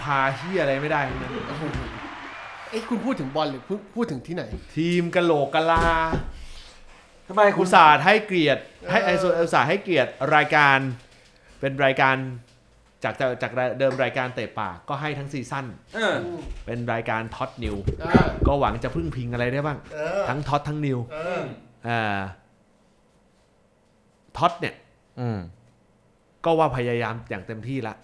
าเหี้ยอะไรไม่ได้นะคุณพูดถึงบอลหรือพูดถึงที่ไหนทีมกะโหลกกะลาทำไมอุตส่าห์ให้เกียรติให้อุตส่าห์ให้เกียรติรายการเป็นรายการจากเดิมรายการเตะปากก็ให้ทั้งซีซั่นเป็นรายการท็อตนิวก็หวังจะพึ่งพิงอะไรได้บ้างทั้งท็อตทั้งนิวท็อตเนี่ยก็ว่าพยายามอย่างเต็มที่ละ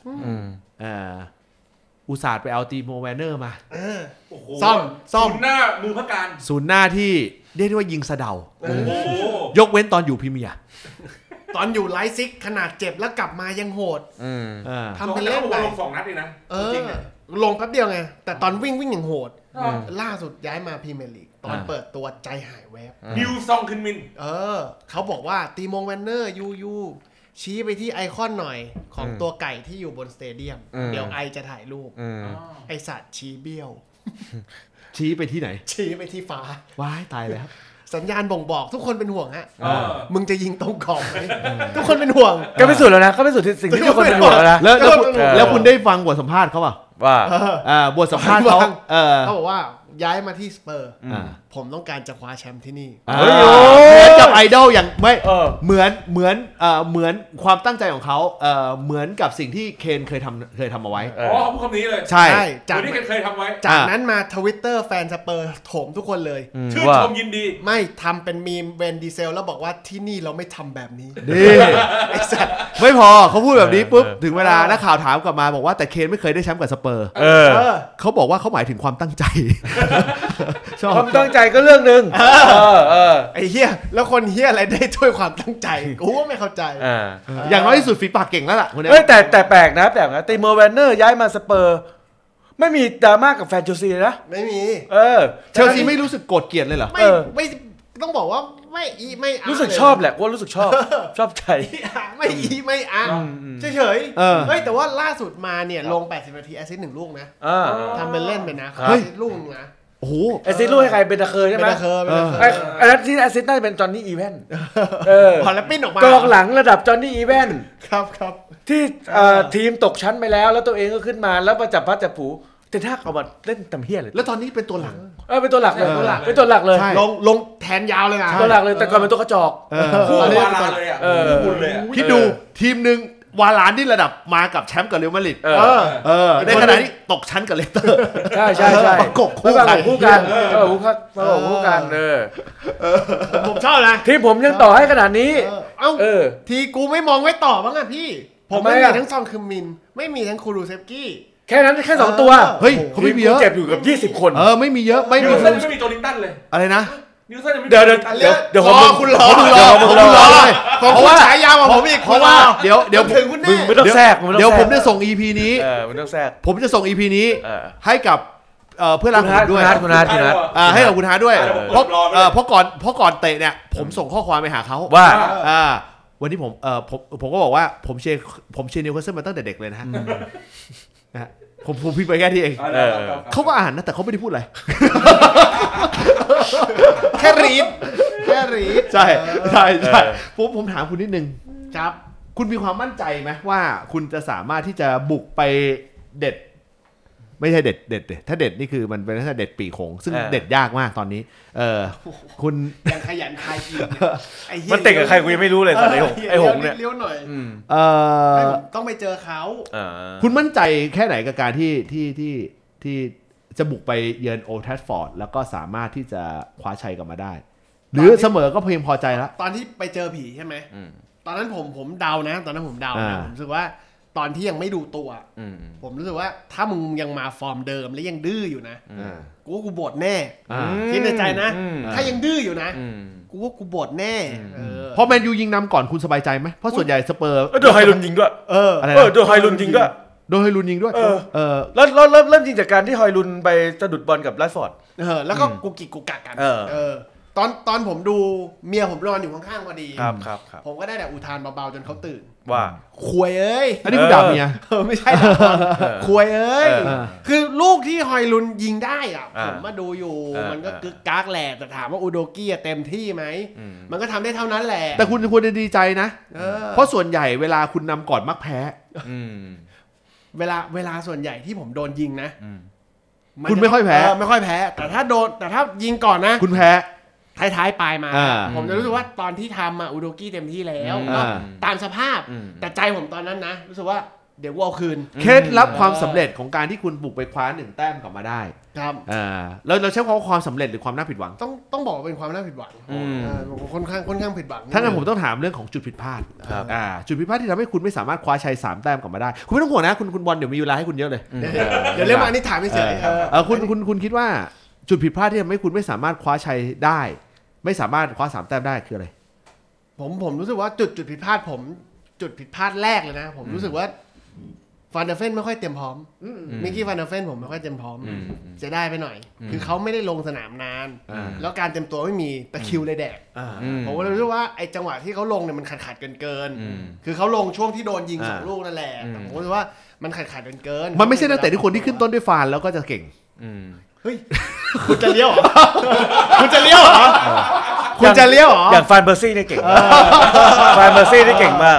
อุตส่าห์ไปเอาตีโมแวนเนอร์มาซ่อมศูนย์หน้ามือพการศูนย์หน้าที่เรียกได้ว่ายิงสะเดายกเว้นตอนอยู่พรีเมียร์ตอนอยู่ไลฟ์ซิกขนาดเจ็บแล้วกลับมายังโหดทำเป็นเล่นไปลง2 นัดเองนะจริงลงแป๊บเดียวไงแต่ตอนวิ่งอย่างโหดล่าสุดย้ายมาพรีเมียร์ลีกตอนเปิดตัวใจหายแวบนิวซองคึนมินเขาบอกว่าตีโมแวนเนอร์ยูชี้ไปที่ไอคอนหน่อยของตัวไก่ที่อยู่บนสเตเดียมเดี๋ยวไอจะถ่ายรูปไอสัตว์ชี้เบี้ยวชี้ไปที่ไหนชี้ไปที่ฟ้าว้ายตายแล้วสัญญาณบ่งบอกทุกคนเป็นห่วงฮะมึงจะยิงตรงกรอบไหมทุกคนเป็นห่วงก็ไม่สุดแล้วนะก็ไม่สุดสิ่งที่ทุกคนเป็นห่วงแล้วนะแล้วคุณได้ฟังบทสัมภาษณ์เขาป่ะว่าบทสัมภาษณ์เขาบอกว่าย้ายมาที่สเปอร์ผมต้องการจะคว้าแชมป์ที่นี่เหมือนกับไอดอลอย่างไม่เหมือนความตั้งใจของเขาเหมือนกับสิ่งที่เคนเคยทำเอาไว้เขาพูดคำนี้เลยใช่จากที่เคนเคยทำไว้จากนั้นมา Twitter แฟนสเปอร์โถมทุกคนเลยชื่นชมยินดีไม่ทำเป็นมีมเวนดีเซลแล้วบอกว่าที่นี่เราไม่ทำแบบนี้ไอ้สัตว์ไม่พอเขาพูดแบบนี้ปุ๊บถึงเวลานักข่าวถามกลับมาบอกว่าแต่เคนไม่เคยได้แชมป์กับสเปอร์เขาบอกว่าเขาหมายถึงความตั้งใจความตั้งใจก็เรื่องนึงไอ้เหี้ยแล้วคนเหี้ยอะไรได้ด้วยความตั้งใจกูก็ไม่เข้าใจอย่างน้อยที่สุดฝีปากเก่งแล้วล่ะเฮ้ยแต่แปลกนะตีโมแวนเนอร์ย้ายมาสเปอร์ไม่มีดราม่ากับแฟนเชลซีนะไม่มีเชลซีไม่รู้สึกโกรธเกลียดเลยเหรอไม่ต้องบอกว่าไม่รู้สึกชอบแหละว่ารู้สึกชอบใจไม่เฉยเฮ้ยแต่ว่าล่าสุดมาเนี่ยลง80 นาทีแอสซิสต์1 ลูกนะทำเป็นเล่นไปนะลูกนะโอ้โหแอสซิสต์ลูกให้ใครเป็นตะเคยใช่ไหมอันนั้นที่แอสซิสต์น่าจะเป็นจอห์นนี่อีแวนพอแล้วปิ้นออกมากองหลังระดับจอห์นนี่อีแวนครับที่ทีมตกชั้นไปแล้วตัวเองก็ขึ้นมาแล้วมาจับพัดจับผูแต่ถ้าเอามาเล่นตำเฮี้ยเลยแล้วตอนนี้เป็นตัวหลังเป็นตัวหลักเลยเป็นตัวหลักเลยลงแทนยาวเลยนะตัวหลักเลยแต่ก่อนเป็นตัวกระจอกคู่วาลาเลยคิดดูทีมนึงวาลานที่ระดับมากับแชมป์กับเรอัลมาดริดในขณะที่ตกชั้นกับเลสเตอร์ใช่ประกบคู่กันผมชอบนะที่ผมยังต่อให้ขนาดนี้ทีกูไม่มองไว้ต่อบ้างอะพี่ผมไม่มีทั้งซองคึมมินไม่มีทั้งคูรูเซฟกี้แค่นั้นแค่2 ตัวเฮ้ยเขาไม่มีเยอะเจ็บอยู่กับ20 คนไม่มีเยอะไม่มีตัวลิงตันเลยอะไรนะเดี๋ยวคุณรอเพราะว่าฉายาวของผมอีกเพราะว่าเดี๋ยวถึงคุณแน่ไม่ต้องแทรกเดี๋ยวผมจะส่ง EP นี้ไม่ต้องแทรกผมจะส่ง EP นี้ให้กับเพื่อนรักผมด้วยคุณนัทให้กับคุณฮาร์ดด้วยเพราะก่อนเตะเนี่ยผมส่งข้อความไปหาเขาว่าวันนี้ผมก็บอกว่าผมเชียร์นิวคาสเซิลมาตั้งแต่เด็กเลยนะฮะผมพิมพ์ไปแค่ที่เองเขาก็อ่านนะแต่เขาไม่ได้พูดอะไรแค่รีดใช่ผมถามคุณนิดนึงครับคุณมีความมั่นใจไหมว่าคุณจะสามารถที่จะบุกไปเด็ดไม่ใช่เด็ดถ้าเด็ดนี่คือมันเป็นแค่เด็ดปีโขงซึ่งเด็ดยากมากตอนนี้คุณยังขยันคายอีกมันเตะกับใครกูยังไม่รู้เลยตอนนี้ไอ้หงเนี่ยเลี้ยวหน่อยต้องไปเจอเขาคุณมั่นใจแค่ไหนกับการที่จะบุกไปเยือนโอลด์แทรฟฟอร์ดแล้วก็สามารถที่จะคว้าชัยกลับมาได้หรือเสมอก็เพียงพอใจแล้วตอนที่ไปเจอผีใช่ไหมตอนนั้นผมเดานะผมรู้สึกว่าตอนที่ยังไม่ดูตัวผมรู้สึกว่าถ้ามึงยังมาฟอร์มเดิมและยังดื้ออยู่นะกูว่ากูบดแน่คิดในใจนะถ้ายังดื้ออยู่นะกูว่ากูบดแน่เพราะแมนยูยิงนำก่อนคุณสบายใจไหมเพราะส่วนใหญ่สเปอร์โดนไฮรุนยิงด้วยโดนไฮรุนยิงด้วยแล้วเริ่มยิงจากการที่ไฮรุนไปสะดุดบอลกับแรชฟอร์ดแล้วก็กุกกิกกุกกักกันตอนผมดูเมียผมนอนอยู่ข้างๆพอดีครับผมก็ได้แต่อุทานเบาๆจนเขาตื่นว่าควยเอ้ยอันนี้คุณด่าเมียไม่ใช่ควยเอ้ยคือลูกที่ฮอยลุนยิงได้อ่ะผมมาดูอยู่มันก็กึกกักแหละแต่ถามว่าอุโดกี้เต็มที่ไหมมันก็ทำได้เท่านั้นแหละแต่คุณควรจะดีใจนะเพราะส่วนใหญ่เวลาคุณนำก่อนมักแพ้เวลาส่วนใหญ่ที่ผมโดนยิงนะคุณไม่ค่อยแพ้ไม่ค่อยแพ้แต่ถ้ายิงก่อนนะคุณแพ้ท้ายปลายมาผมจะรู้สึกว่าตอนที่ทำอุโดกิเต็มที่แล้วก็ตามสภาพแต่ใจผมตอนนั้นนะรู้สึกว่าเดี๋ยวเอาคืนเคล็ดลับความสำเร็จของการที่คุณบุกไปคว้า1 แต้มกลับมาได้ครับเราใช้ความสำเร็จหรือความน่าผิดหวังต้องบอกเป็นความน่าผิดหวังค่อนข้างผิดหวังถ้างั้นผมต้องถามเรื่องของจุดผิดพลาดจุดผิดพลาดที่ทำให้คุณไม่สามารถคว้าชัย3 แต้มกลับมาได้คุณไม่ต้องห่วงนะคุณบอลเดี๋ยวมีเวลาให้คุณเยอะเลยเดี๋ยวเรื่องมาอันนี้ถามไม่เฉยคุณคิดว่าจุดผิดพลาดที่ทำให้คุณไม่สามารถคว้าชัยได้ไม่สามารถคว้า3 แต้มได้คืออะไรผมรู้สึกว่าจุดผิดพลาดจุดผิดพลาดแรกเลยนะผมรู้สึกว่าฟานเดอร์เฟนไม่ค่อยเตรียมพร้อมมิกกี้ฟานเดอร์เฟนผมไม่ค่อยเตรียมพร้อมจะได้ไปหน่อยคือเขาไม่ได้ลงสนามนานแล้วการเตรียมตัวไม่มีตะคิวเลยแดกผมก็เลยรู้สึกว่าไอ้จังหวะที่เขาลงเนี่ยมันขาดเกินคือเขาลงช่วงที่โดนยิง2 ลูกนั่นแหละแต่ผมรู้สึกว่ามันขาดเกินมันไม่ใช่นักเตะที่คนที่ขึ้นต้นด้วยฟานแล้วก็จะเก่งเฮ้ยคุณจะเลี้ยวเหรอคุณจะเลี้ยวเหรอคุณจะเลี้ยวเหรออย่างฟานเบอร์ซี่เนี่ยเก่งฟานเบอร์ซี่เนี่ยเก่งมาก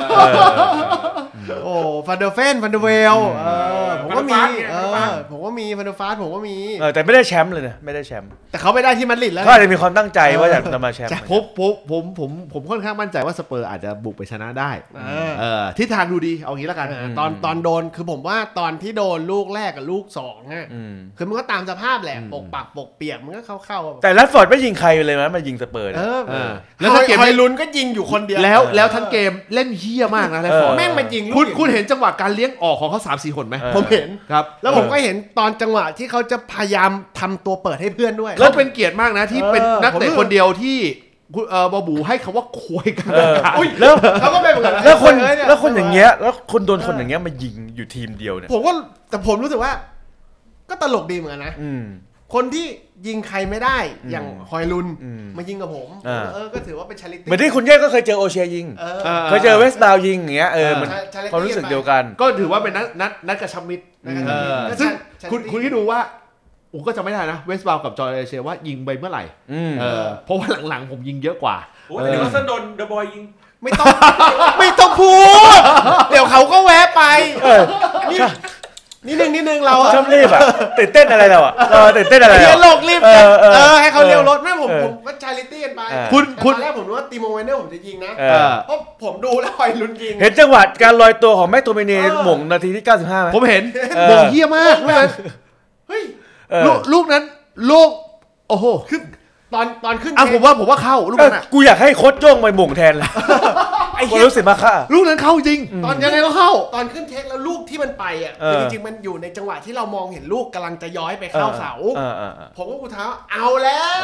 โอ้ฟันเดอร์เฟนฟันเดอร์เวลผมก็มีฟันเดอร์ฟาสผมก็มีแต่ไม่ได้แชมป์เลยนะไม่ได้แชมป์แต่เขาไปได้ที่มาดริดแล้วเขาอาจจะมีความตั้งใจว่าอยากจะมาแชมป์ผมค่อนข้างมั่นใจว่าสเปอร์อาจจะบุกไปชนะได้ทิศทางดูดีเอางี้แล้วกันตอนโดนคือผมว่าตอนที่โดนลูกแรกกับลูก2อ่ะคือมันก็ตามสภาพแหละปกปักปกเปียกมันก็เข้าแต่แรดฟอร์ดไม่ยิงใครเลยนะมายิงสเปอร์แล้วถ้าเกมไม่ลุ้นก็ยิงอยู่คนเดียวแล้วทั้งเกมเล่นเหี้ยมากนะแรดฟอร์ดแม่งมายิงคุณเห็นจังหวะการเลี้ยงออกของเขา 3-4 คนไหมผมเห็นครับแล้วผมก็เห็นตอนจังหวะที่เขาจะพยายามทำตัวเปิดให้เพื่อนด้วยแล้วเป็นเกียรติมากนะที่เป็นนักเตะคนเดียวที่บอบูให้คำว่าควยกันแล้วเขาก็เป็นเหมือนแล้วคนอย่างเงี้ยแล้วคนโดนคนอย่างเงี้ยมายิงอยู่ทีมเดียวเนี่ยผมรู้สึกว่าก็ตลกดีเหมือนกันนะคนที่ยิงใครไม่ได้อย่างฮอยลุนมายิงกับผมก็ถือว่าเป็นชาริตี้เหมือนที่คุณเย่ก็เคยเจอโอเชียยิงเคยเจอเวสต์บาวยิงอย่างเงี้ยมันความรู้สึกเดียวกันก็ถือว่าเป็นนัดกระชับมิตรซึ่งคุณที่ดูว่าก็จะไม่ได้นะเวสต์บาวกับจอร์เจว่ายิงไปเมื่อไหร่เพราะว่าหลังๆผมยิงเยอะกว่าเดี๋ยวเซนโดนเดอะบอยยิงไม่ต้องพูดเดี๋ยวเขาก็แวะไปนิดนึงเราชอบรีบตื่นเต้นอะไรเราตื่นเต้นอะไรเลี้ยวโลกรีบให้เขาเลี้ยวรถไม่ผมก็ชาริตี้กันไปคุณแรกผมรู้ว่าตีโมเวนเนอร์ผมจะยิงนะเพราะผมดูแล้วคอยลุ้นยิงเห็นจังหวะการลอยตัวของแม็กโทมินีหม่งนาทีที่95มั้ยผมเห็นหม่งเหี้ยมากเฮ้ยลูกนั้นลูกโอ้โหคือตอนขึ้นผมว่าเข้าลูกนั้นกูอยากให้โค้ชโจ้งไปหม่งแทนเลยไอ้เหี้ยรู้สึกมาค่ะลูกนั้นเข้าจริงตอนยังไงก็เข้าตอนขึ้นเทคแล้วลูกที่มันไปจริงๆมันอยู่ในจังหวะที่เรามองเห็นลูกกำลังจะย้อยไปเข้าเสาผมก็กูท้าเอาแล้ว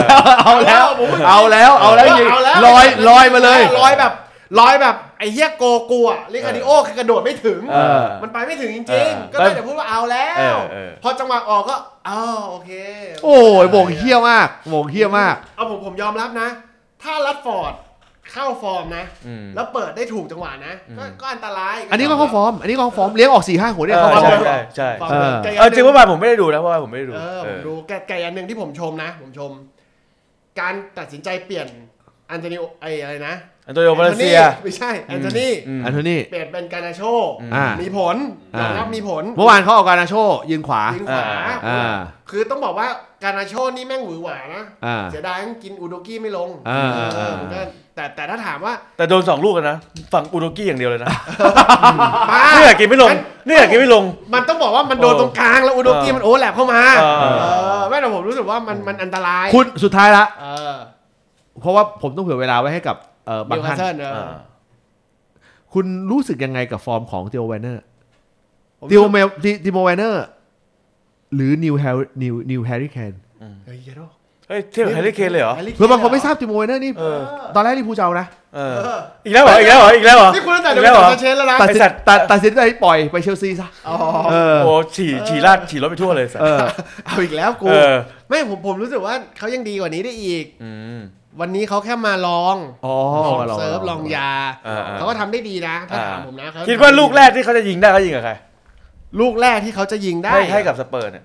ยิงลอยมาเลยลอยแบบไอ้เหี้ยโกกูอ่ะลิคาดิโอคือกระโดดไม่ถึงมันไปไม่ถึงจริงๆก็ได้แต่พูดว่าเอาแล้วพอจังหวะออกก็โอเคโอ้ยโบกเหี้ยมากผมยอมรับนะถ้ารัดฟอร์ดเข้าฟอร์มนะแล้วเปิดได้ถูกจังหวะนะก็อันตรายอันนี้ก็เข้าฟอร์มเลี้ยงออก 4-5 หัวเนี่ยเข้าฟอร์มใช่จริงว่าผมไม่ได้ดูนะเพราะว่าผมไม่ได้ดูผมดูแกอันนึงที่ผมชมการตัดสินใจเปลี่ยนอันโตนิโออะไรนะอันโตนิโอวาเลนเซียไม่ใช่แอนโทนีเปลี่ยนเป็นการนาโชมีผลนะครับมีผลเมื่อวานเขาเอาการนาโชยืนขวาคือต้องบอกว่าการนาโชนี่แม่งหวือหวานะเสียดายกินอุโดกี้ไม่ลงแต่ถ้าถามว่าแต่โดน2 ลูกนะฝั่งอุโดกี้อย่างเดียวเลยนะนี่อยากกินไม่ลงมันต้องบอกว่ามันโดนตรงกลางแล้วอุโดกี้มันโอ้แหลบเข้ามาไม่แต่ผมรู้สึกว่ามันอันตรายคุณสุดท้ายละเพราะว่าผมต้องเผื่อเวลาไว้ให้กับบางท่านคุณรู้สึกยังไงกับฟอร์มของติโอแวนเนอร์ติโอแวนเนอร์หรือนิวแฮร์รี่เคนเทียบแฮร์รี่เคนเลยเหรอเพื่อบางคนไม่ทราบติโอแวนเนอร์นี่ตอนแรกนี่ผู้เจ้านะอีกแล้วเหรอนี่คุณตั้งแต่เดี๋ยวเชนแล้วนะตัดสินใจปล่อยไปเชลซีซะโอ้ฉี่รถไปทั่วเลยเอาอีกแล้วกูไม่ผมรู้สึกว่าเขายังดีกว่านี้ได้อีกวันนี้เขาแค่มาลองเซิร์ฟลองยาเขาก็ทำได้ดีนะถ้าถามผมนะคิดว่าลูกแรกที่เขาจะยิงได้เขายิงกับใครลูกแรกที่เขาจะยิงได้ให้กับสเปอร์เนี่ย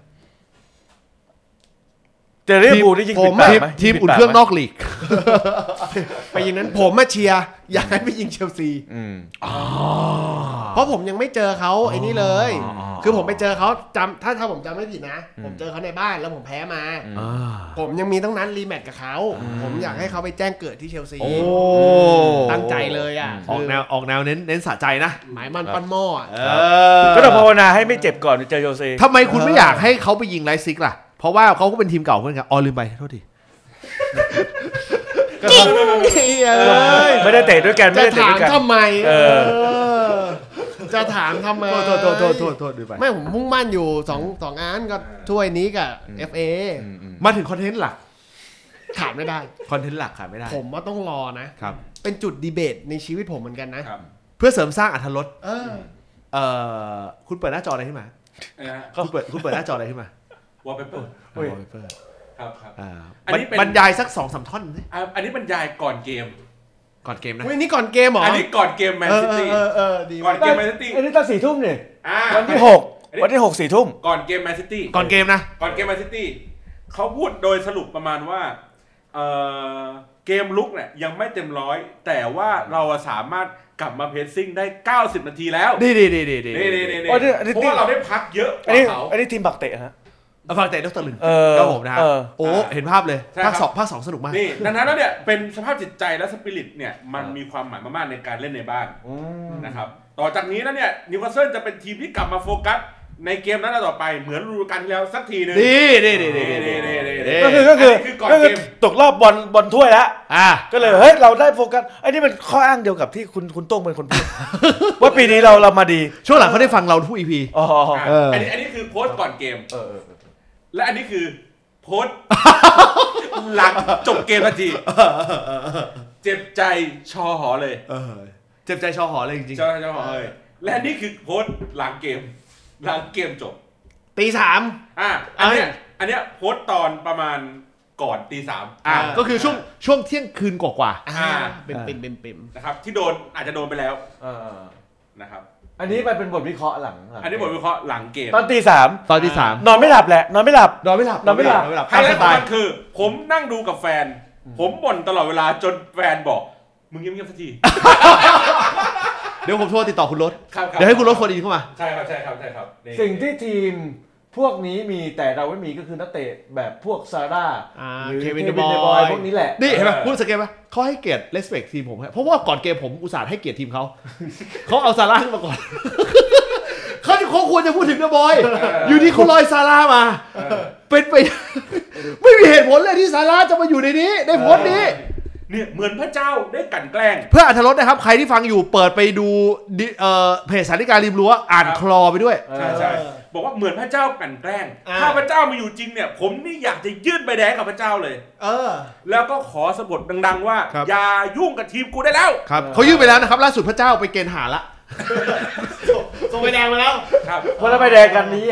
เจอลิเวอร์พูลที่ยิงทีมอุ่นเครื่องนอกลีกไปยิงนั้นผมมาเชียร์อยากให้ไปยิงเชลซีเพราะผมยังไม่เจอเขาไอ้นี่เลยคือผมไปเจอเขาถ้าผมจำไม่ผิดนะผมเจอเขาในบ้านแล้วผมแพ้มาผมยังมีต้องนั้นรีแมตช์กับเขาผมอยากให้เขาไปแจ้งเกิดที่เชลซีตั้งใจเลยอ่ะออกแนวเน้นสะใจนะหมายมันปั้นหม้อก็ต้องภาวนาให้ไม่เจ็บก่อนเจอเชลซีทำไมคุณไม่อยากให้เขาไปยิงไลฟ์ซิกล่ะเพราะว่าเขาก็เป็นทีมเก่าเพื่อนกันลืมไปโทษทีไม่ได้เตะด้วยกันไม่ได้เตะด้วยกันทำไมจะถามทำไมโทษดูไปไม่ผมมุ่งมั่นอยู่2อันก็ถ้วยนี้กับ FA มาถึงคอนเทนต์หลักขาดไม่ได้คอนเทนต์หลักขาดไม่ได้ผมว่าต้องรอนะครับเป็นจุดดีเบตในชีวิตผมเหมือนกันนะเพื่อเสริมสร้างอรรถรสคุณเปิดหน้าจออะไรขึ้นมาคุณเปิดหน้าจออะไรขึ้นมาวอลเปเปอร์ครับบรรยายสัก 2-3 ท่อนสิอันนี้บรรยายก่อนเกมนะนี่ก่อนเกมเหรออันนี้ก่อนเกมแมนซิตี้ก่อนเกมแมนซิตี้อันนี้ตอน 4 ทุ่มนี่วันที่6 4 ทุ่มก่อนเกมแมนซิตี้ก่อนเกมนะก่อนเกมแมนซิตี้เขาพูดโดยสรุปประมาณว่าเกมลุกเนี่ยยังไม่เต็มร้อยแต่ว่าเราสามารถกลับมาเพรสซิ่งได้90นาทีแล้วดีเพราะว่าเราได้พักเยอะกว่าเขาอันนี้ทีมบักเตะฮะฟังเตะต้องตะลึงก็ผมนะเห็นภาพเลยภาค2สนุกมากนี่ดังนั้นแล้วเนี่ยเป็นสภาพจิตใจและสปิริตเนี่ยมันมีความหมายมากๆในการเล่นในบ้านนะครับต่อจากนี้แล้วเนี่ยนิวคาสเซิลจะเป็นทีมที่กลับมาโฟกัสในเกมนั้นต่อไปเหมือนฤดูกาลที่แล้วสักทีนึงก็คือตกรอบบอลถ้วยแล้วก็เลยเฮ้ยเราได้โฟกัสไอ้นี่มันข้ออ้างเดียวกับที่คุณโต้งเป็นคนพูดว่าปีนี้เรามาดีช่วงหลังเขาได้ฟังเราทุก EP อันนี้คือโพสต์ก่อนเกมและอันนี้คือโพสต์หลังจบเกมทันทีเจ็บใจชอหอเลยเจ็บใจชอหอเลยจริงๆชอหอเลยและนี่คือโพสต์หลังเกมจบตี 3 อันเนี้ยโพสต์ตอนประมาณก่อนตี 3 ก็คือช่วงเที่ยงคืนกว่าเป็นนะครับที่อาจจะโดนไปแล้วนะครับอันนี้มันเป็นบทวิเคราะห์หลังอันนี้บทวิเคราะห์หลังเกมตอนตี 3นอนไม่หลับแหละนอนไม่หลับไฮไลท์มันคือผมนั่งดูกับแฟนผมบ่นตลอดเวลาจนแฟนบอกมึงเงียบๆสักทีเดี๋ยวผมโทรติดต่อคุณรถเดี๋ยวให้คุณรถคนอีเข้ามาใช่ครับสิ่งที่ทีมพวกนี้มีแต่เราไม่มีก็คือนักเตะแบบพวกซาร่าหรือเควินเดบอยพวกนี้แหละนี่เห็นไหมพูดสเกตไหมเขาให้เกียรติเลสเปคทีมผมเพราะว่าก่อนเกมผมอุตส่าห์ให้เกียรติทีมเขาเอาซาร่าขึ้นมาก่อนเขาควรจะพูดถึงเดอะบอยอยู่ดีเขาลอยซาร่ามาเป็นไปไม่มีเหตุผลเลยที่ซาร่าจะมาอยู่ในนี้ในโพสต์นี้เนี่ยเหมือนพระเจ้าได้กลั่นแกล้งเพื่ออรรถรสนะครับใครที่ฟังอยู่เปิดไปดูเพจสาริการิมรั้วอ่านคลอไปด้วยใช่บอกว่าเหมือนพระเจ้ากลั่นแกล้งถ้าพระเจ้ามาอยู่จริงเนี่ยผมนี่อยากจะยื่นใบแดงกับพระเจ้าเลยแล้วก็ขอสะบัดดังๆว่าอย่ายุ่งกับทีมกูได้แล้วครับเขายื่นไปแล้วนะครับล่าสุดพระเจ้าไปเกณฑ์หาละส่งใบแดงมาแล้วครับคนละใบแดงกันนี้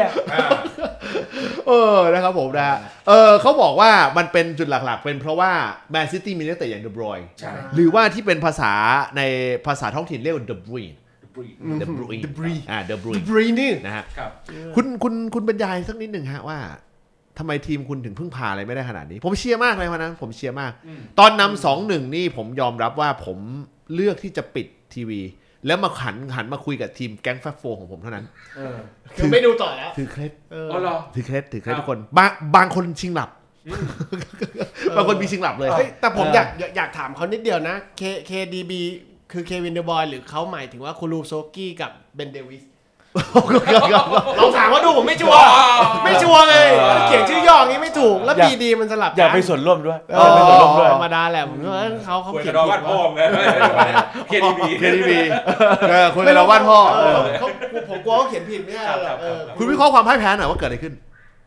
นะครับผมนะเขาบอกว่ามันเป็นจุดหลักๆเป็นเพราะว่าแมนซิตี้มีนักเตะอย่างเดอะบรอยน์หรือว่าที่เป็นภาษาในภาษาท้องถิ่นเรียกว่าเดอะบรีนเดอะบรีนนี่นะฮะคุณบรรยายสักนิดหนึ่งฮะว่าทำไมทีมคุณถึงพึ่งพาอะไรไม่ได้ขนาดนี้ผมเชียร์มากเลยวันนั้นผมเชียร์มากตอนนำ 2-1 นี่ผมยอมรับว่าผมเลือกที่จะปิดทีวีแล้วมาหันมาคุยกับทีมแก๊งแฟร์โฟของผมเท่านั้นคือไม่ดูต่อแล้วถือเคล็ดถือเคล็ดทุกคนบางคนชิงหลับบางคนมีชิงหลับเลยแต่ผมอยากถามเขานิดเดียวนะ KDB คือเควินเดอร์บอยหรือเขาหมายถึงว่าคูรูโซกี้กับเบนเดวิสเราถามว่าดูผมไม่ชัวร์เลยเขียนชื่อย่ออย่างนี้ไม่ถูกแล้วBDมันสลับอย่าไปส่วนร่วมด้วยธรรมดาแหละผมว่าเขาเขียนผิดพ่อไง KDB คุณเราวาดพ่อผมกลัวเขาเขียนผิดไม่ใช่คุณวิเคราะห์ความพ่ายแพ้หน่อยว่าเกิดอะไรขึ้น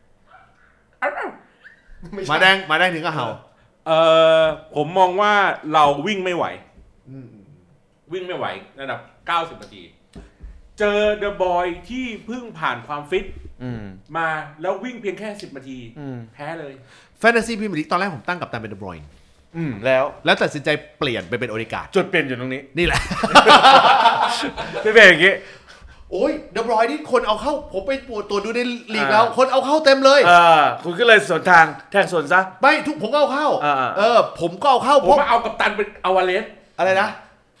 มาแดงถึงกับเห่าผมมองว่าเราวิ่งไม่ไหวระดับ90นาทีเจอเดอะบอยที่เพิ่งผ่านความฟิตมาแล้ววิ่งเพียงแค่10นาทีแพ้เลยแฟนตาซีพรีเมียร์ลีกตอนแรกผมตั้งกับตันเป็นเดอะบรอยน์แล้วตัดสินใจเปลี่ยนไปเป็นโอดิการ์ดจุดเปลี่ยนอยู่ตรงนี้นี่แหละไม่เป็นอย่างงี้โอ้ยเดอะบรอยน์นี่คนเอาเข้าผมไปตรวจดูในลีกแล้วคนเอาเข้าเต็มเลยคุณก็เลยสวนทางแทงสวนซะไม่ทุกผมก็เอาเข้าผมก็เอาเข้าผมมาเอากับตันเป็นอวาเลสอะไรนะ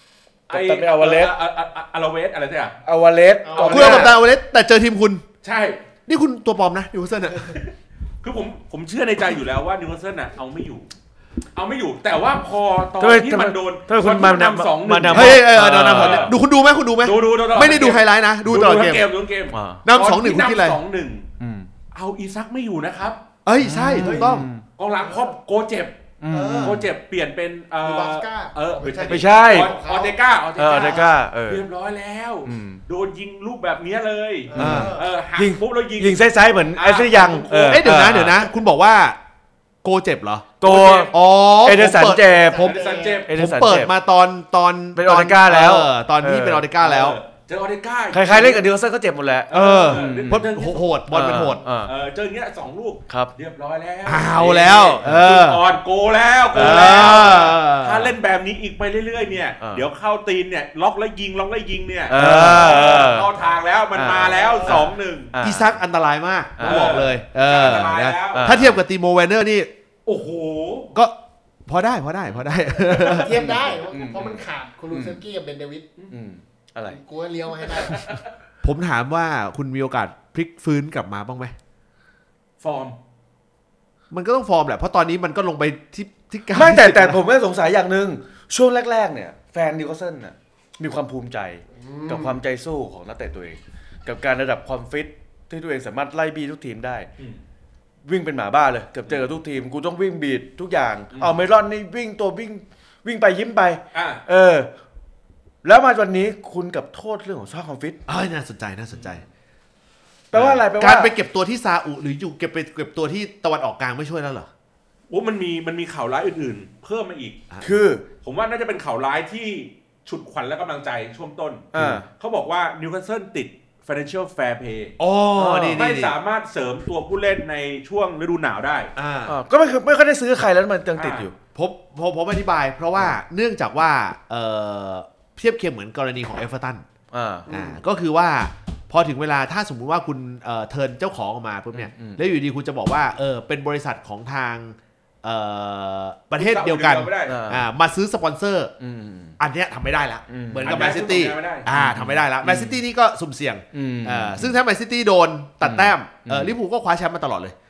กัปตันเป็นอาวาเลสอาราเวสอะไรสักอย่างอาวาเลสคุณเอากับตาเอาเลสแต่เจอทีมคุณใช่นี่คุณตัวปลอมนะนิวคาสเซิลอ่ะคือผมเชื่อในใจอยู่แล้วว่านิวคาสเซิลน่ะเอาไม่อยู่ แต่ว่าพอตอนที่มันโดนถ้าคุณมานำเฮ้ยโดนนำดูคุณดูไหมดูไม่ได้ดูไฮไลท์นะดูตลอดเกมดูเกมนำ 2-1 คุณคิดอะไร 2-1เอาอีซักไม่อยู่นะครับเอ้ยใช่ถูกต้องกองหลังพอโกเจ็บเปลี่ยนเป็นไม่ใช่ออเตก้าเรียบร้อยแล้วโดนยิงลูกแบบนี้เลยหักปุ๊บแล้วยิงไซส์เหมือนไอ้ซี่ยังเดี๋ยวนะคุณบอกว่าโกเจ็บเหรอโกเอเดอร์สันเจ็บผมเปิดมาตอนเป็นออเตก้าแล้วตอนที่เป็นออเตก้าแล้วเจอออเตก้าใครเล่นกับนิวคาสเซิลก็เจ็บหมดแหละเพราะโหดบอลเป็นโหดเจออย่างเงี้ย2ลูกเรียบร้อยแล้วเอาแล้วอ่อนโกแล้วถ้าเล่นแบบนี้อีกไปเรื่อยๆเนี่ยเดี๋ยวเข้าตีนเนี่ยล็อกแล้วยิงเนี่ยเข้าทางแล้วมันมาแล้ว 2-1 อีซักอันตรายมากต้องบอกเลยถ้าเทียบกับตีโมเวนเนอร์นี่โอ้โหก็พอได้เทียบได้เพราะมันขาดคุณลูเซฟกี้กับเบนเดวิดอะไรกูเลี้ยวให้ได้ผมถามว่าคุณมีโอกาสพลิกฟื้นกลับมาบ้างไหมฟอร์มมันก็ต้องฟอร์มแหละเพราะตอนนี้มันก็ลงไปที่การไม่แต่ผมไม่สงสัยอย่างนึงช่วงแรกๆเนี่ยแฟนนิวคาสเซิลน่ะมีความภูมิใจกับความใจสู้ของนักเตะตัวเองกับการระดับความฟิตที่ตัวเองสามารถไล่บีทุกทีมได้วิ่งเป็นหมาบ้าเลยเกือบเจอทุกทีมกูต้องวิ่งบีดทุกอย่างเอาเมลอนนี่วิ่งไปยิ้มไปแล้วมาวันนี้คุณกับโทษเรื่องของสร้างความฟิตน่าสนใจแปลว่าอะไรแปลว่าการไปเก็บตัวที่ซาอุหรืออยู่เก็บตัวที่ตะวันออกกลางไม่ช่วยแล้วเหรอมันมีข่าวร้ายอื่นๆเพิ่มมาอีกคือผมว่าน่าจะเป็นข่าวร้ายที่ฉุดขวัญและกำลังใจช่วงต้นเขาบอกว่านิวคาสเซิลติด financial fair play ไม่สามารถเสริมตัวผู้เล่นในช่วงฤดูหนาวได้ก็ไม่ค่อยได้ซื้อใครแล้วมันยังติดอยู่ผมอธิบายเพราะว่าเนื่องจากว่าเทียบเคียงเหมือนกรณีของเอเวอร์ตันก็คือว่าพอถึงเวลาถ้าสมมุติว่าคุณเทิร์นเจ้าของออกมาปุ๊บเนี่ยแล้วอยู่ดีคุณจะบอกว่าเป็นบริษัทของทางประเทศเดียวกันมาซื้อสปอนเซอร์อันเนี้ยทำไม่ได้ละเหมือนกับแมนซิตี้ทำไม่ได้ละแมนซิตี้นี่ก็สุ่มเสี่ยงซึ่งถ้าแมนซิตี้โดนตัดแต้มลิเวอร์พูลก็คว้าแชมป์มาตลอดเลย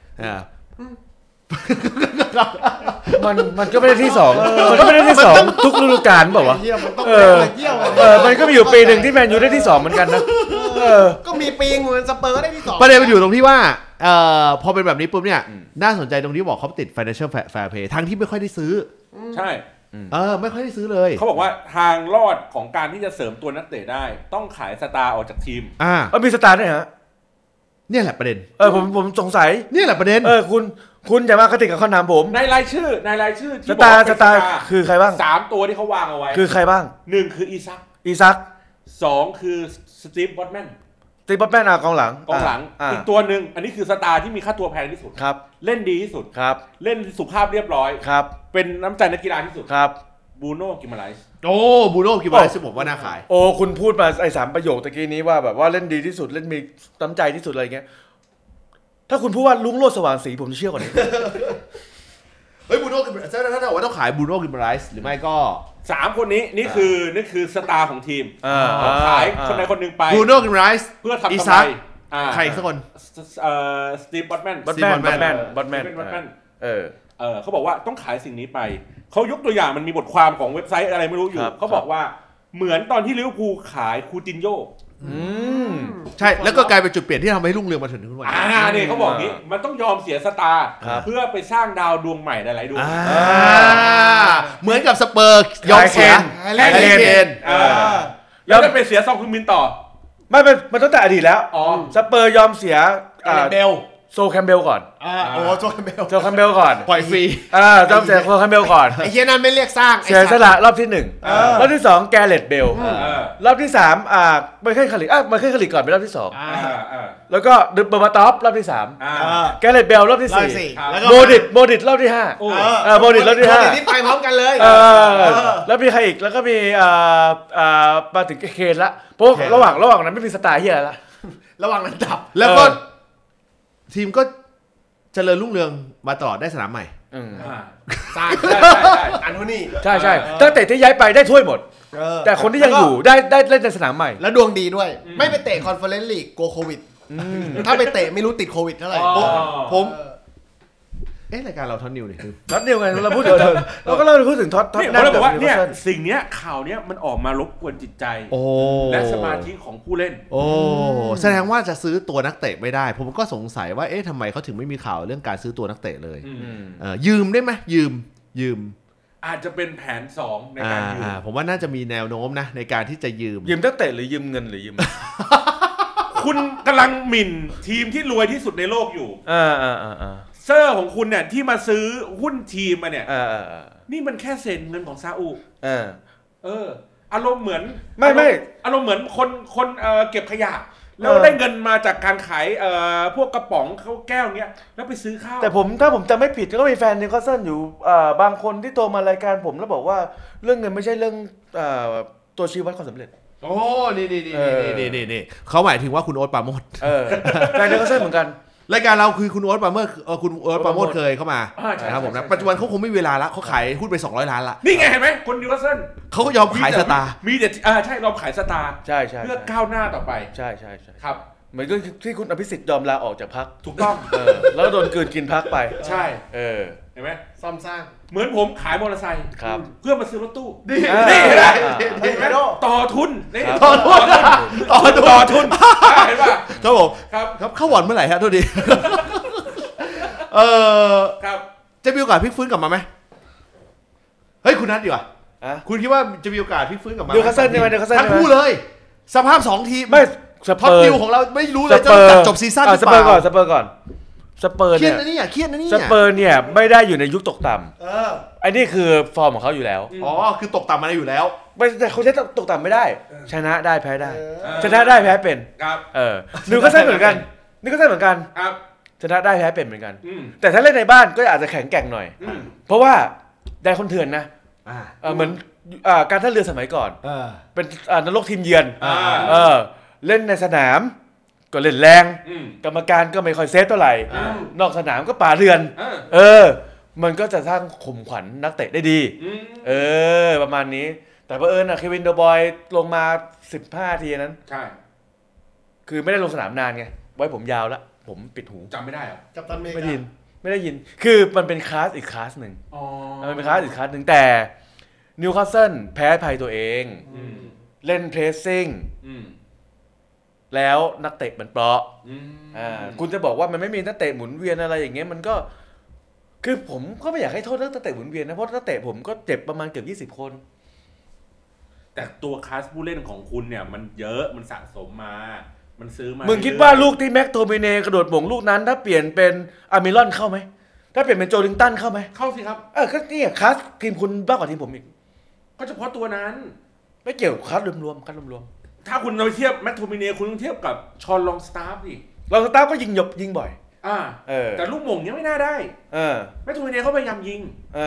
มันก็ไม่ได้ที่2มันก็ไม่ได้ที่2ทุกฤดูกาลเปล่าวะมันก็มีอยู่ปีนึงที่แมนยูได้ที่2เหมือนกันนะก็มีปีเหมือนสเปอร์ได้ที่2 ประเด็นมันอยู่ตรงที่ว่าพอเป็นแบบนี้ปุ๊บเนี่ยน่าสนใจตรงที่บอกเขาติด financial fair play ทั้งที่ไม่ค่อยได้ซื้อใช่ไม่ค่อยได้ซื้อเลยเขาบอกว่าทางรอดของการที่จะเสริมตัวนักเตะได้ต้องขายสตาร์ออกจากทีมมีสตาร์ด้วยฮะเนี่ยแหละประเด็นผมสงสัยเนี่ยแหละประเด็นคุณอย่ามาคติกับคำถามผมในรายชื่อสตาร์คือใครบ้าง 3ตัวที่เขาวางเอาไว้คือใครบ้าง 1คืออีซัก 2คือสตีฟบอตแมนกองหลังอีกตัวหนึ่งอันนี้คือสตาร์ที่มีค่าตัวแพงที่สุดครับเล่นดีที่สุดครับเล่นสุภาพเรียบร้อยครับเป็นน้ำใจนักกีฬาที่สุดครับบูโน่กิมาไลส์บูโน่กิมาไลส์ผมว่าน่าขายคุณพูดมาไอ้3ประโยคตะกี้นี้ว่าแบบว่าเล่นดีที่สุดเล่นมีน้ำใจที่สุดอะไรเงี้ยถ้าคุณพูดว่าลุงโลดสว่างสีผมจะเชื่อกว่านี้บูโน่ถ้าว่าต้องขายบูโน่กิมาไลส์หรือไม่ก็ 3คนนี้นี่คือสตาร์ของทีมขายคนใดคนหนึ่งไปบูโน่กิมาไลส์เพื่อทำกำไรใครสักคนสตีฟบอตแมนเขาบอกว่าต้องขายสิ่งนี้ไปเขายกตัวอย่างมันมีบทความของเว็บไซต์อะไรไม่รู้อยู่เขาบอกว่าเหมือนตอนที่ลิเวอร์พูลขายคูตินโญ่ใช่แล้วก็กลายเป็นจุดเปลี่ยนที่ทำให้รุ่งเรืองมาถึงทุกวันนี่เขาบอกงี้มันต้องยอมเสียสตาร์เพื่อไปสร้างดาวดวงใหม่หลายๆดวงเหมือนกับสเปอร์ยอมเสียแลกเคนแล้วจะไปเสียซองฮึงมินต่อไม่มันตั้งแต่อดีตแล้วสเปอร์ยอมเสียเบลโซแคมเบลก่อนโซแคมเบลก่อนปล่อยฟรีจอมเสียโซแคมเบลก่อนไอ้เหี้ยนั่นไม่เรียกสร้างเสียสละรอบที่1รอบที่2แกเรตเบลรอบที่3ไมเคิลคาริกก่อนเป็นรอบที่2แล้วก็เบอร์มาตอฟรอบที่3แกเรตเบลรอบที่4โมดิตรอบที่5โมดิตรอบที่5 นี่ไปพร้อมกันเลยแล้วมีใครอีกแล้วก็มีมาถึงเคนละเพราะระหว่างนั้นไม่มีสตาร์เหี้ยละระหว่างนั้นดับแล้วก็ทีมก็เจริญรุ่งเรืองมาตลอดได้สนามใหม่สร้างอันโทนี่ใช่ตั้งแต่ที่ย้ายไปได้ถ้วยหมดแต่คนที่ยังอยู่ได้เล่นในสนามใหม่แล้วดวงดีด้วยไม่ไปเตะคอนเฟอเรนซ์ลีกกลัวโควิดถ้าไปเตะไม่รู้ติดโควิดเท่าไหร่ผมรายการเราท็อตนิวนี่ท็อตนิวไงเราพูดถึงเราก็เริ่มพูดถึงท็อตนี่เราบอกว่าเนี่ยสิ่งเนี้ยข่าวเนี้ยมันออกมารบกวนจิตใจและสมาธิของผู้เล่นแสดงว่าจะซื้อตัวนักเตะไม่ได้ผมก็สงสัยว่าทำไมเขาถึงไม่มีข่าวเรื่องการซื้อตัวนักเตะเลยยืมได้ไหมยืมอาจจะเป็นแผน2ในการยืมผมว่าน่าจะมีแนวโน้มนะในการที่จะยืมนักเตะหรือยืมเงินหรือยืมคุณกำลังหมิ่นทีมที่รวยที่สุดในโลกอยู่เซอร์ของคุณเนี่ยที่มาซื้อหุ้นทีมมาเนี่ยนี่มันแค่เซ็นเงินของซาอุอารมณ์เหมือนไม่อารมณ์เหมือนคนเก็บขยะแล้วได้เงินมาจากการขายพวกกระป๋องข้าวแก้วเงี้ยแล้วไปซื้อข้าวแต่ถ้าผมจำไม่ผิดก็มีแฟนนิวคาสเซิลอยู่บางคนที่โทรมารายการผมแล้วบอกว่าเรื่องเงินไม่ใช่เรื่องตัวชี้วัดความสำเร็จโอ้นี่เขาหมายถึงว่าคุณโอ๊ตปราโมชแฟนนิวคาสเซิลเหมือนกันรายการเราคือคุณโอ๊ตปราโมชคุณโอ๊ตปราโมชเคยเข้ามานะครับผมนะปัจจุบันเขาคงไม่มีเวลาละเขาขายหุ้นไป200 ล้านละนี่ไงเห็นไหมคนนิวคาสเซิลเขาก็ยอมขายสตาร์มีแต่ใช่ยอมขายสตาร์ใช่เพื่อก้าวหน้าต่อไปใช่ครับเหมือนก็ที่คุณอภิสิทธิ์ยอมลาออกจากพรรคถูกต้องแล้วโดนกลืนกินพรรคไปใช่เห็นไหมซ่อมสร้างเหมือนผมขายมอเตอร์ไซค์เพื่อมาซื้อรถตู้นี่เห็นไหมต่อทุนต่อทุนเห็นป่ะครับผมครับเข้าหวานเมื่อไหร่ฮะโทษดีครับจะมีโอกาสพลิกฟื้นกลับมาไหมเฮ้ยคุณนัทดีกว่าคุณคิดว่าจะมีโอกาสพลิกฟื้นกลับมานิวคาสเซิลใช่ไหมนิวคาสเซิลทั้งคู่เลยสภาพ2ทีมไม่ท็อปนิวของเราไม่รู้เลยจะจบซีซั่นหรือเปล่าสเปอร์ก่อนสเปอร์เนี่ยเครียดนะนี่สเปอร์เนี่ยไม่ได้อยู่ในยุคตกต่ำไอ้นี่คือฟอร์มของเขาอยู่แล้วคือตกต่ำมาอยู่แล้วไม่แต่เขาใช้ตกต่ำไม่ได้ชนะได้แพ้ได้ชนะได้แพ้เป็นนิวคาสเซิลเหมือนกันชนะได้แพ้เป็นเหมือนกันแต่ถ้าเล่นในบ้านก็อาจจะแข็งแกร่งหน่อยเพราะว่าได้คนเถื่อนนะเหมือนการท่าเรือสมัยก่อนเป็นนรกทีมเยือนเล่นในสนามก็เล่นแรงกรรมการก็ไม่ค่อยเซฟเท่าไหร่นอกสนามก็ป่าเรือนมันก็จะสร้างข่มขวัญนักเตะได้ดีประมาณนี้แต่เควินเดอร์บอยลงมา15 ทีนั้นใช่คือไม่ได้ลงสนามนานไงไว้ผมยาวแล้วผมปิดหูจำไม่ได้เหรอกัปตันเมกาไม่ได้ยินคือมันเป็นคลาสอีกคลาสหนึ่งมันเป็นคลาสอีกคลาสหนึ่งแต่นิวคาสเซิลแพ้ภัยตัวเองเล่นเพรสซิ่งแล้วนักเตะมันเปราะคุณจะบอกว่ามันไม่มีนักเตะหมุนเวียนอะไรอย่างเงี้ยมันก็คือผมก็ไม่อยากให้โทษเรื่องนักเตะหมุนเวียนนะเพราะนักเตะผมก็เจ็บประมาณเกือบ20 คนแต่ตัวคลาสผู้เล่นของคุณเนี่ยมันเยอะมันสะสมมามันซื้อมามึงคิดว่าลูกที่แม็กโทมิเน่กระโดดหม่งลูกนั้นถ้าเปลี่ยนเป็นอาร์มิลอนเข้าไหมถ้าเปลี่ยนเป็นโจลิงตันเข้าไหมเข้าสิครับก็นี่คลาสทีมคุณบ้ากว่าทีมผมอีกก็เฉพาะตัวนั้นไม่เกี่ยวคลาสรวมถ้าคุณเอาไปเทียบแม็กโทมิเน่คุณต้องเทียบกับชอนลองสตาร์ฟดิลองสตาร์ฟก็ยิงบ่อยแต่ลูกหม่งยังไม่น่าได้แม็กโทมิเน่เขาพยายามยิง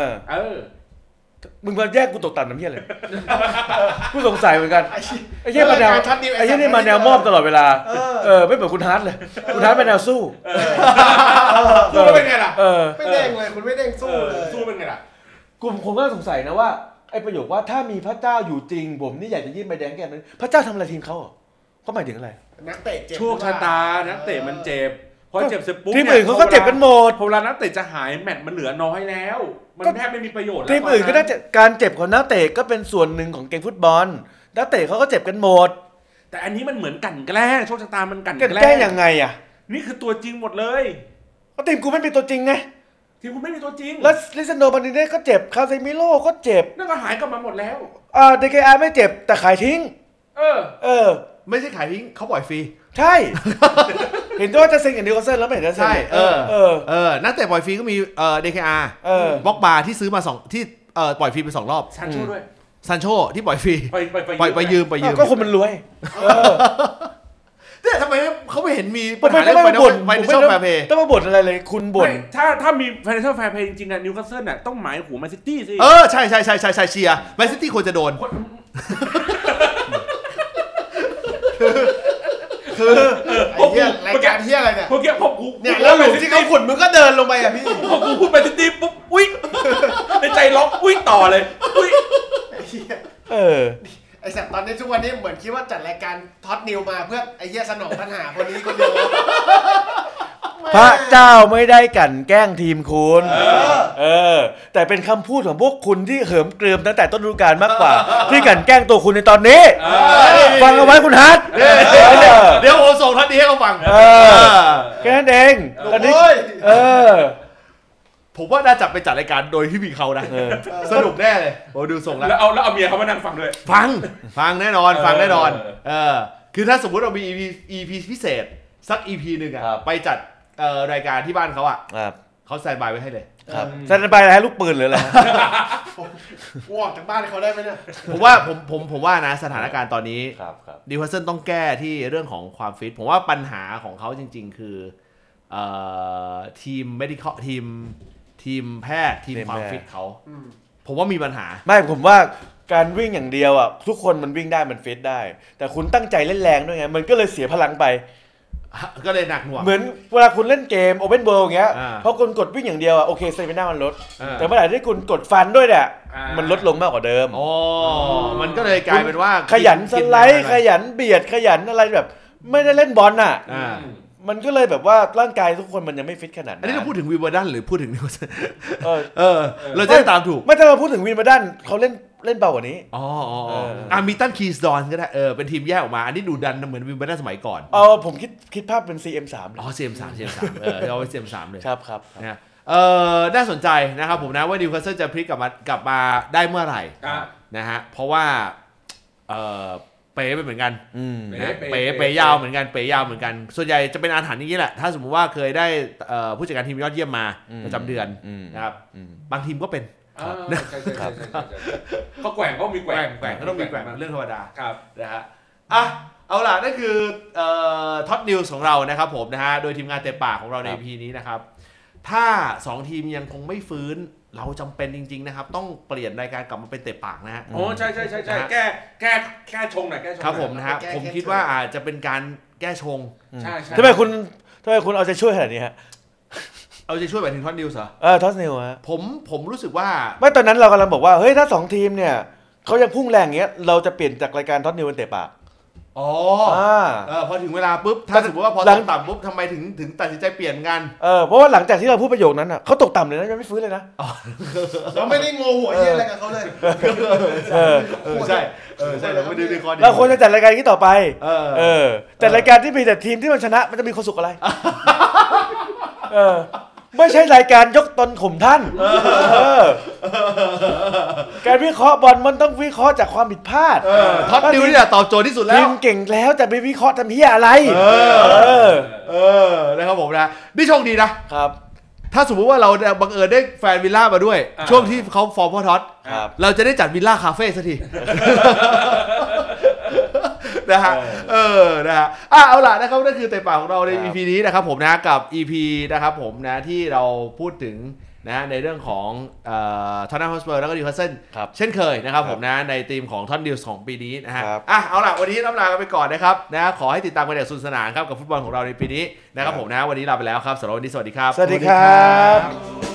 มึงมาแยกกูตกต่ำน้ำเหี้ยเลยกูสงสัยเหมือนกันไอ้เหี้ยมาแนวนี่มาแนวมอบตลอดเวลาไม่เหมือนคุณฮาร์ดเลยคุณฮาร์ดเป็นแนวสู้เป็นไงล่ะไม่เด้งเลยคุณไม่เด้งสู้เลยสู้เป็นไงล่ะผมก็สงสัยนะว่าไอ้ประโยคว่าถ้ามีพระเจ้าอยู่จริงผมนี่อยากจะยื่นใบแดงแกนั้นพระเจ้าทำอะไรทีมเขาเขาหมายถึงอะไรนักเตะเจ็บโชคชะตานักเตะมันเจ็บพอเจ็บเสร็จปุ๊บทีมอื่นเขาก็เจ็บกันหมดพอเวลานักเตะจะหายแมตช์มันเหลือน้อยแล้วมันแทบไม่มีประโยชน์แล้วทีมอื่นก็น่าจะการเจ็บของนักเตะก็เป็นส่วนหนึ่งของเกมฟุตบอลนักเตะเขาก็เจ็บกันหมดแต่อันนี้มันเหมือนกันแกล้งโชคชะตามันกันแกล้งยังไงอ่ะนี่คือตัวจริงหมดเลยเพราะทีมกูไม่เป็นตัวจริงไงทีมกูไม่มีตัวจริงแล้วลิซันโดบานิเน่ก็เจ็บคาเซมิโร่ก็เจ็บนั่นก็หายกลับมาหมดแล้วเดเคอาร์ไม่เจ็บแต่ขายทิ้งไม่ใช่ขายทิ้งเขาปล่อยฟรีใช่เห็นว่าจะเซ็นกับนิวคาสเซิลแล้วไม่เห็นจะเซ็นใช่นักเตะปล่อยฟรีก็มีDKR บ็อกบาร์ที่ซื้อมา2ที่ปล่อยฟรีไป2 รอบซันโชด้วยซันโชที่ปล่อยฟรีไปยืมก็คนมันรวยเนี่ยทำไมเขาไม่เห็นมีปัญหาเรื่องไฟนอลแฟร์เพย์ต้องมาบ่นอะไรเลยคุณบ่นถ้ามีไฟนอลแฟร์เพย์จริงๆนะนิวคาสเซิลน่ะต้องหมายหัวแมนซิตี้สิใช่เชียร์แมนซิตี้ควรจะโดนคือไอ้เหี้ยรายการเหี้ยอะไรเนี่ยพวกแกพอกูเนี่ยแล้วหลุมที่เขาขุดมึงก็เดินลงไปอ่ะพี่พอกูพูดแมนซิตี้ปุ๊บอุ๊ยในใจล็อกอุ๊ยต่อเลยอุ๊ยไอ้สัตว์ตอนนี้ทุกวันนี้เหมือนคิดว่าจัดรายการท็อตนิวมาเพื่อไอ้เหี้ยสนองปัญหาคนนี้คนเดียวพระเจ้าไม่ได้กลั่นแกล้งทีมคุณแต่เป็นคำพูดของพวกคุณที่เหิมเกริมตั้งแต่ต้นฤดูกาลมากกว่า ที่กลั่นแกล้งตัวคุณในตอนนี้ฟังเอาไว้คุณฮัทเดี๋ยวผมส่งทันทีให้เขาฟังแค่นั้นเองตอนนี้ผมว่าน่าจะไปจัดรายการโดยที่มีเขานะสนุกแน่เลยผมดูส่งแล้วเอาเมียเขามานั่งฟังด้วยฟังแน่นอนคือถ้าสมมุติเรามี EP พิเศษสัก EP หนึ่งไปจัดรายการที่บ้านเขาเขาแซนบายไว้ให้เลยแซนบายอะไรให้ลูกปืนหรืออะไรกูออกจากบ้านเขาได้ไหมเนี่ยผมว่านะสถานการณ์ตอนนี้นิวคาสเซิลต้องแก้ที่เรื่องของความฟิตผมว่าปัญหาของเขาจริงๆคือทีมmedicalทีมแพทย์ทีมความฟิตเขาผมว่ามีปัญหาไม่ผมว่าการวิ่งอย่างเดียวทุกคนมันวิ่งได้มันฟิตได้แต่คุณตั้งใจเล่นแรงด้วยไงมันก็เลยเสียพลังไปก็เลยหนักหน่วงเหมือนเวลาคุณเล่นเกม Open World อย่างเงี้ยเพราะคุณกดวิ่งอย่างเดียวโอเคสเตมิน่ามันลดแต่เมื่อไหร่ที่คุณกดฟันด้วยเนี่ยมันลดลงมากกว่าเดิมมันก็เลยกลายเป็นว่าขยันสไลด์ขยันเบียดขยันอะไรแบบไม่ได้เล่นบอลมันก็เลยแบบว่าร่างกายทุกคนมันยังไม่ฟิตขนาดนั้นอันนี้เราพูดถึงวิมเบิลดันหรือพูดถึงนิวคาสเซิลเราจะตามถูกไม่ถ้าเราพูดถึงวิมเบิลดันเขาเล่นเบากว่านี้มีตันคีสดอนก็ได้เป็นทีมแยกออกมาอันนี้ดูดันเหมือนวิมเบิลดันสมัยก่อนผมคิดภาพเป็น CM3 CM3 เอาไว้ CM3 เลยครับนะน่าสนใจนะครับผมนะว่านิวคาสเซิลจะพลิกกลับมาได้เมื่อไหร่นะฮะเพราะว่าเป๋ไปเหมือนกันเป๋ยาวเหมือนกันส่วนใหญ่จะเป็นอาถรรพ์อย่างนี้แหละถ้าสมมุติว่าเคยได้ผู้จัดการทีมยอดเยี่ยมมาประจำเดือนนะครับบางทีมก็เป็นเขาแกว่งก็มีแกว่งก็ต้องมีแกว่งเรื่องธรรมดานะฮะเอาล่ะนั่นคือท็อปนิวส์ของเรานะครับผมนะฮะโดยทีมงานเตะปากของเราใน EP นี้นะครับถ้า2ทีมยังคงไม่ฟื้นเราจำเป็นจริงๆนะครับต้องเปลี่ยนรายการกลับมาเป็นเตะปากนะฮะใช่แก้ชงหน่อยแก้ชงครับผมนะฮะผมคิดว่าอาจจะเป็นการแก้ชงใช่ทำไมคุณเอาใจช่วยขนาดนี้ฮะเอาใจช่วยแบบทีมท็อตนิวส์เหรอท็อตนิวส์ฮะผมรู้สึกว่าไม่ตอนนั้นเรากำลังบอกว่าเฮ้ยถ้า2ทีมเนี่ยเขายังพุ่งแรงอย่างเงี้ยเราจะเปลี่ยนจากรายการท็อตนิวส์เป็นเตะปากพอถึงเวลาปุ๊บถ้าสมมติว่าพอตกต่ำปุ๊บทำไมถึงตัดสินใจเปลี่ยนกันเพราะว่าหลังจากที่เราพูดประโยคนั้นเขาตกต่ำเลยนะยังไม่ฟื้นเลยนะเราไม่ได้งงหัวเยี่ยอะไรกับเขาเลยใช่เราไม่ได้วิเคราะห์เราควรจะจัดรายการนี้ต่อไปแต่รายการที่มีแต่ทีมที่มันชนะมันจะมีความสุขอะไรไม่ใช่รายการยกตนข่มท่านการวิเคราะห์บอลมันต้องวิเคราะห์จากความผิดพลาดท็อตนิวนี่แหละตอบโจทย์ที่สุดแล้วทีมเก่งแล้วจะไปวิเคราะห์ทำเหี้ยอะไรนะครับผมนะนี่โชคดีนะครับถ้าสมมุติว่าเราบังเอิญได้แฟนวิลล่ามาด้วยช่วงที่เขาฟอร์มพ่อท็อตเราจะได้จัดวิลล่าคาเฟ่สักทีนะฮะนะฮะเอาล่ะนะครับนั่นคือเตะปากของเราใน EP นี้นะครับผมนะกับ EP นะครับผมนะที่เราพูดถึงนะในเรื่องของท็อตแนม ฮอตสเปอร์แล้วก็นิวคาสเซิลเช่นเคยนะครับผมนะในทีมของท็อตนิวส์ของปีนี้นะฮะเอาล่ะวันนี้ลากันไปก่อนนะครับนะขอให้ติดตามกันอย่างสนุกสนานครับกับฟุตบอลของเราในปีนี้นะครับผมนะวันนี้ลาไปแล้วครับสำหรับวันนี้สวัสดีครับสวัสดีครับ